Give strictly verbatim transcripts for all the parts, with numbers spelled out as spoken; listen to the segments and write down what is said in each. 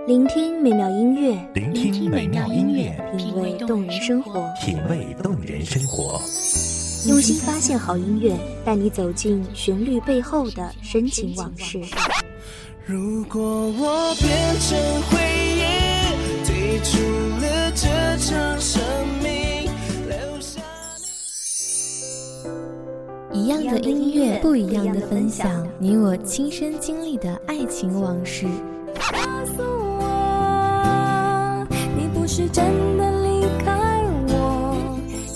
聆听美妙音乐， 聆听美妙音乐， 品味动人生活， 品味动人生活。 用心发现好音乐，带你走进旋律背后的深情往事。 如果我变成回忆，退出了这场生命，留下一样的音乐，不一样的分享，你我亲身经历的爱情往事。 告诉我，你不是真的离开我。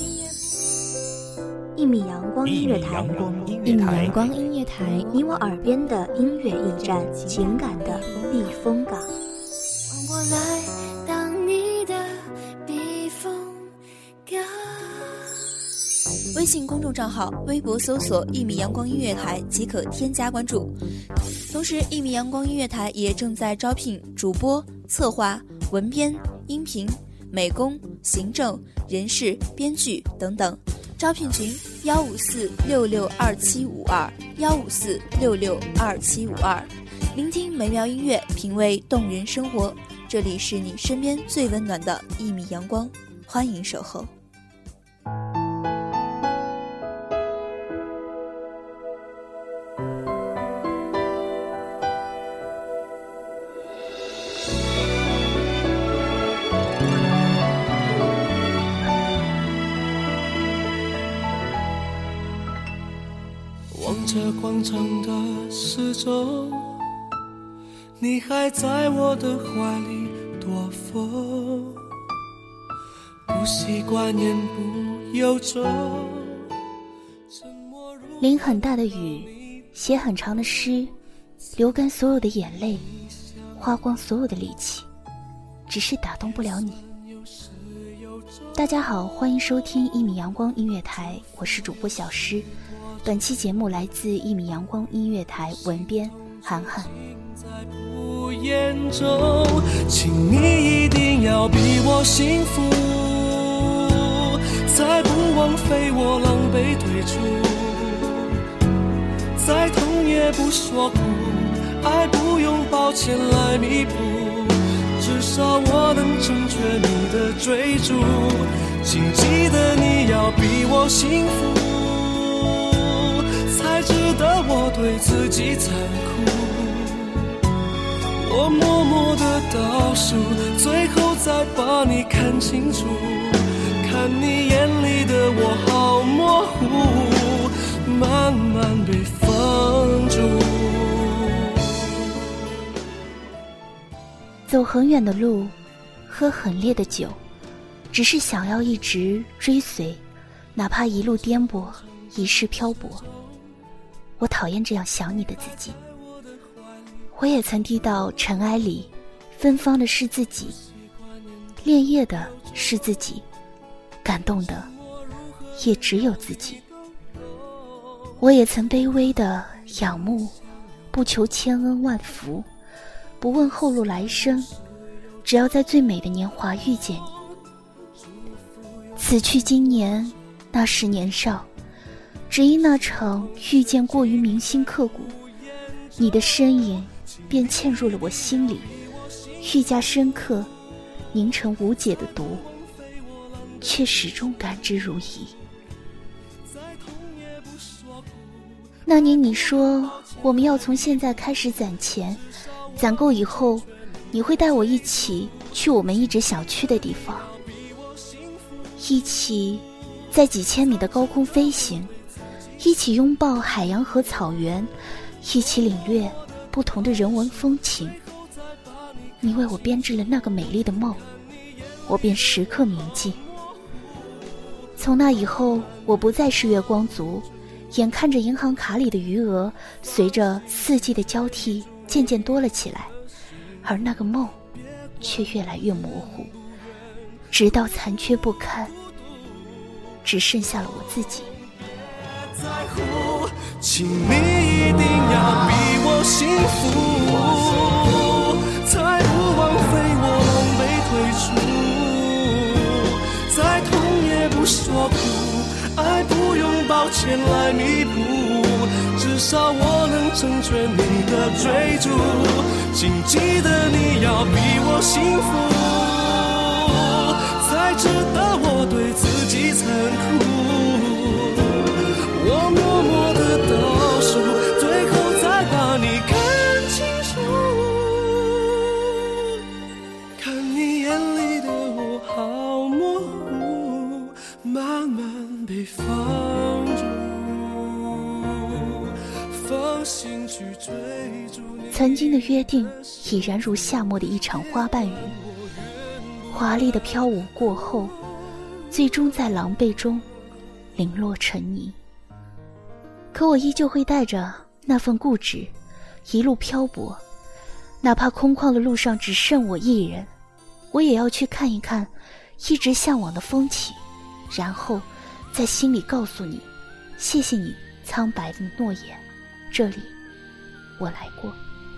一米阳光音乐台， 一米阳光音乐台， 你我耳边的音乐驿站，情感的避风港。 让我来当你的避风港。 微信公众账号、微博搜索“一米阳光音乐台”即可添加关注。同时，一米阳光音乐台也正在招聘主播、策划、文编、音频、美工、行政、人事、编剧等等。招聘群：幺五四六六二七五二幺五四六六二七五二。聆听美妙音乐，品味动人生活。这里是你身边最温暖的一米阳光，欢迎守候。 望着广场的时钟，你还在我的怀里躲风，不习惯言不由衷。 淋很大的雨，写很长的诗，流干所有的眼泪，花光所有的力气，只是打动不了你。大家好，欢迎收听一米阳光音乐台，我是主播小诗。本期节目来自一米阳光音乐台，文编涵涵。 在不言中，请你一定要比我幸福，才不枉费我狼狈退出，再痛也不说苦，爱不用抱歉来弥补，至少我能成全你的追逐，请记得你要比我幸福，才值得我对自己残酷。我默默地倒数，最后再把你看清楚，看你眼里的我好模糊，慢慢被封住。 走很远的路，喝很烈的酒，只是想要一直追随，哪怕一路颠簸，一世漂泊。我讨厌这样想你的自己。我也曾低到尘埃里，芬芳的是自己，恋叶的是自己，感动的也只有自己。我也曾卑微的仰慕，不求千恩万福，不问后路来生，只要在最美的年华遇见你。此去经年，那时年少，只因那场遇见过于铭心刻骨，你的身影便嵌入了我心里，愈加深刻，凝成无解的毒，却始终感之如饴。那年你说我们要从现在开始攒钱，攒够以后你会带我一起去我们一直想去的地方，一起在几千米的高空飞行，一起拥抱海洋和草原，一起领略不同的人文风情。你为我编织了那个美丽的梦，我便时刻铭记。从那以后，我不再是月光族，眼看着银行卡里的余额随着四季的交替渐渐多了起来，而那个梦却越来越模糊，直到残缺不堪，只剩下了我自己。 在乎，请你一定要比我幸福，才不枉费我狼狈退出，再痛也不说苦，爱不用抱歉来弥补，至少我能成全你的追逐， 请记得你要比我幸福，才知道我对自己残酷。我默默的倒数，最后再把你看清楚，看你眼里的我好模糊，慢慢被放逐，放心去追逐你。 曾经的约定已然如夏末的一场花瓣雨，华丽的飘舞过后，最终在狼狈中零落成泥。可我依旧会带着那份固执，一路漂泊，哪怕空旷的路上只剩我一人，我也要去看一看一直向往的风景，然后在心里告诉你，谢谢你苍白的诺言，这里我来过。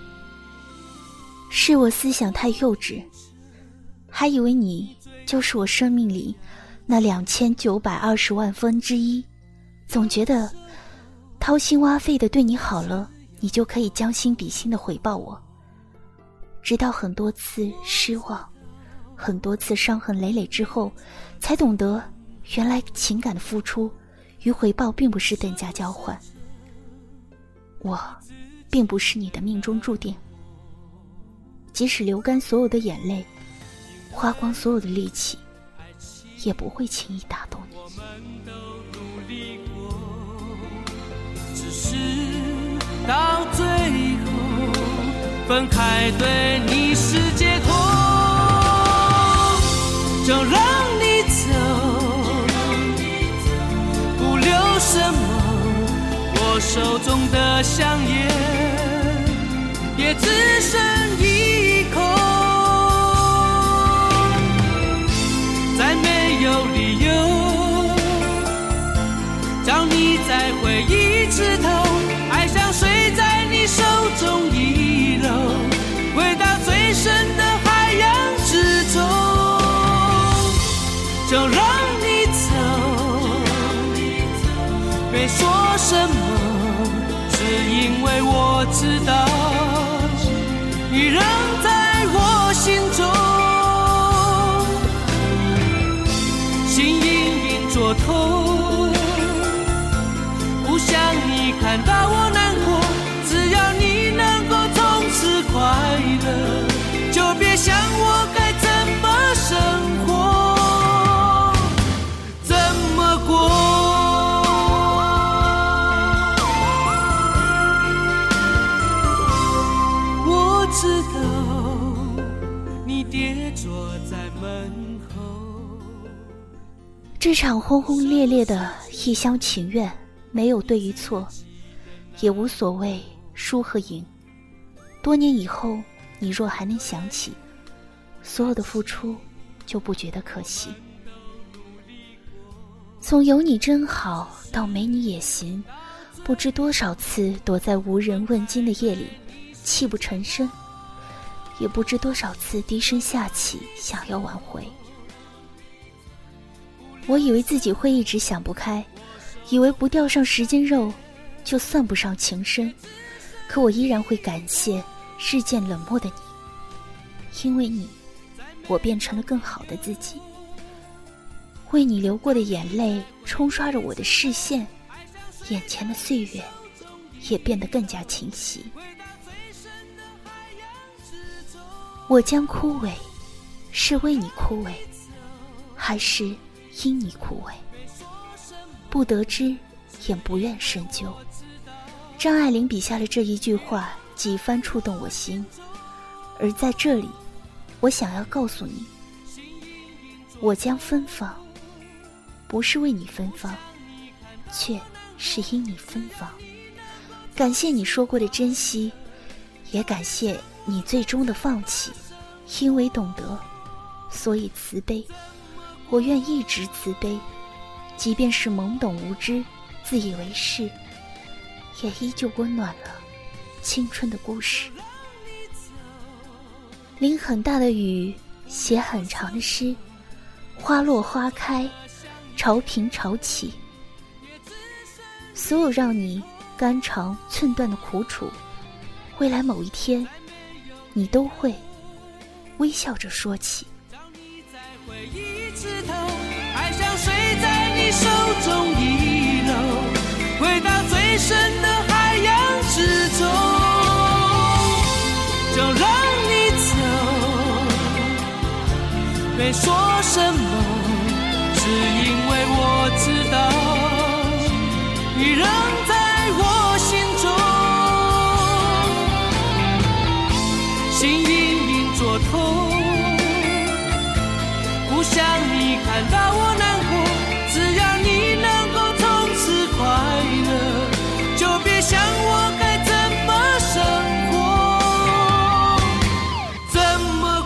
是我思想太幼稚，还以为你就是我生命里那两千九百二十万分之一，总觉得掏心挖肺的对你好了，你就可以将心比心的回报我。直到很多次失望，很多次伤痕累累之后，才懂得原来情感的付出与回报并不是等价交换。我并不是你的命中注定，即使流干所有的眼泪，花光所有的力气，也不会轻易打动你。 只是到最后分开对你是解脱，就让你走，不留什么，我手中的香烟也只剩一口，再没有理由让你在回忆枝头，爱像水在你手中遗漏，回到最深的海洋之中，就让你走，别说什么，是因为我知道你仍在我心中，心隐隐作痛，不想你看到我难过，只要你能够从此快乐，就别想我该怎么生活，怎么过。我知道你跌坐在门口， 这场轰轰烈烈的一厢情愿，没有对与错，也无所谓输和赢。多年以后，你若还能想起，所有的付出就不觉得可惜。从有你真好到没你也行，不知多少次躲在无人问津的夜里泣不成声，也不知多少次低声下气想要挽回。我以为自己会一直想不开，以为不钓上时间肉就算不上情深，可我依然会感谢日渐冷漠的你，因为你，我变成了更好的自己。为你流过的眼泪冲刷着我的视线，眼前的岁月也变得更加清晰。我将枯萎，是为你枯萎，还是因你枯萎？不得知，也不愿深究。张爱玲笔下的这一句话几番触动我心，而在这里，我想要告诉你，我将芬芳，不是为你芬芳，却是因你芬芳。感谢你说过的珍惜，也感谢你最终的放弃，因为懂得，所以慈悲。我愿一直慈悲，即便是懵懂无知，自以为是，也依旧温暖了青春的故事。淋很大的雨，写很长的诗，花落花开，潮平潮起。所有让你肝肠寸断的苦楚，未来某一天你都会微笑着说起。 回忆枝头，爱像水在你手中遗漏，回到最深的海洋之中，就让你走。没说什么，是因为我知道你仍在我心中，心隐隐作痛，不想你看到我难过，只要你能够从此快乐，就别想我该怎么生活，怎么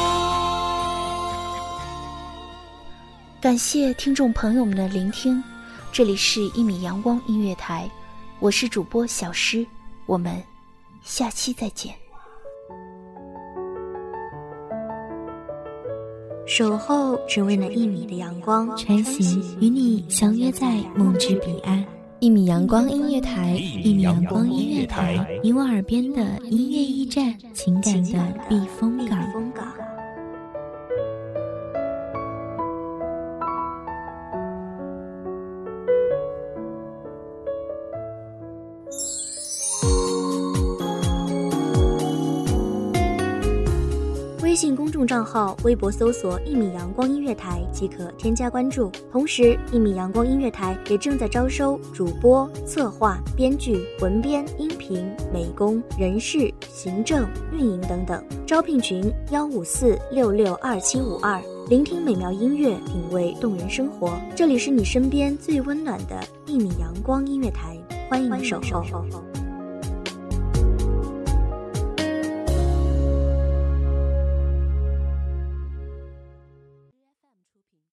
过。 感谢听众朋友们的聆听，这里是一米阳光音乐台，我是主播小诗，我们下期再见。 守候只为那一米的阳光， 穿行与你相约在梦之彼岸。一米阳光音乐台，一米阳光音乐台，你我耳边的音乐驿站，情感的避风港。 微信公众账号、微博搜索“一米阳光音乐台”即可添加关注。同时，一米阳光音乐台也正在招收主播、策划、编剧、文编、音频、美工、人事、行政、运营等等。招聘群：幺五四六六二七五二。聆听美妙音乐，品味动人生活。这里是你身边最温暖的一米阳光音乐台，欢迎守候。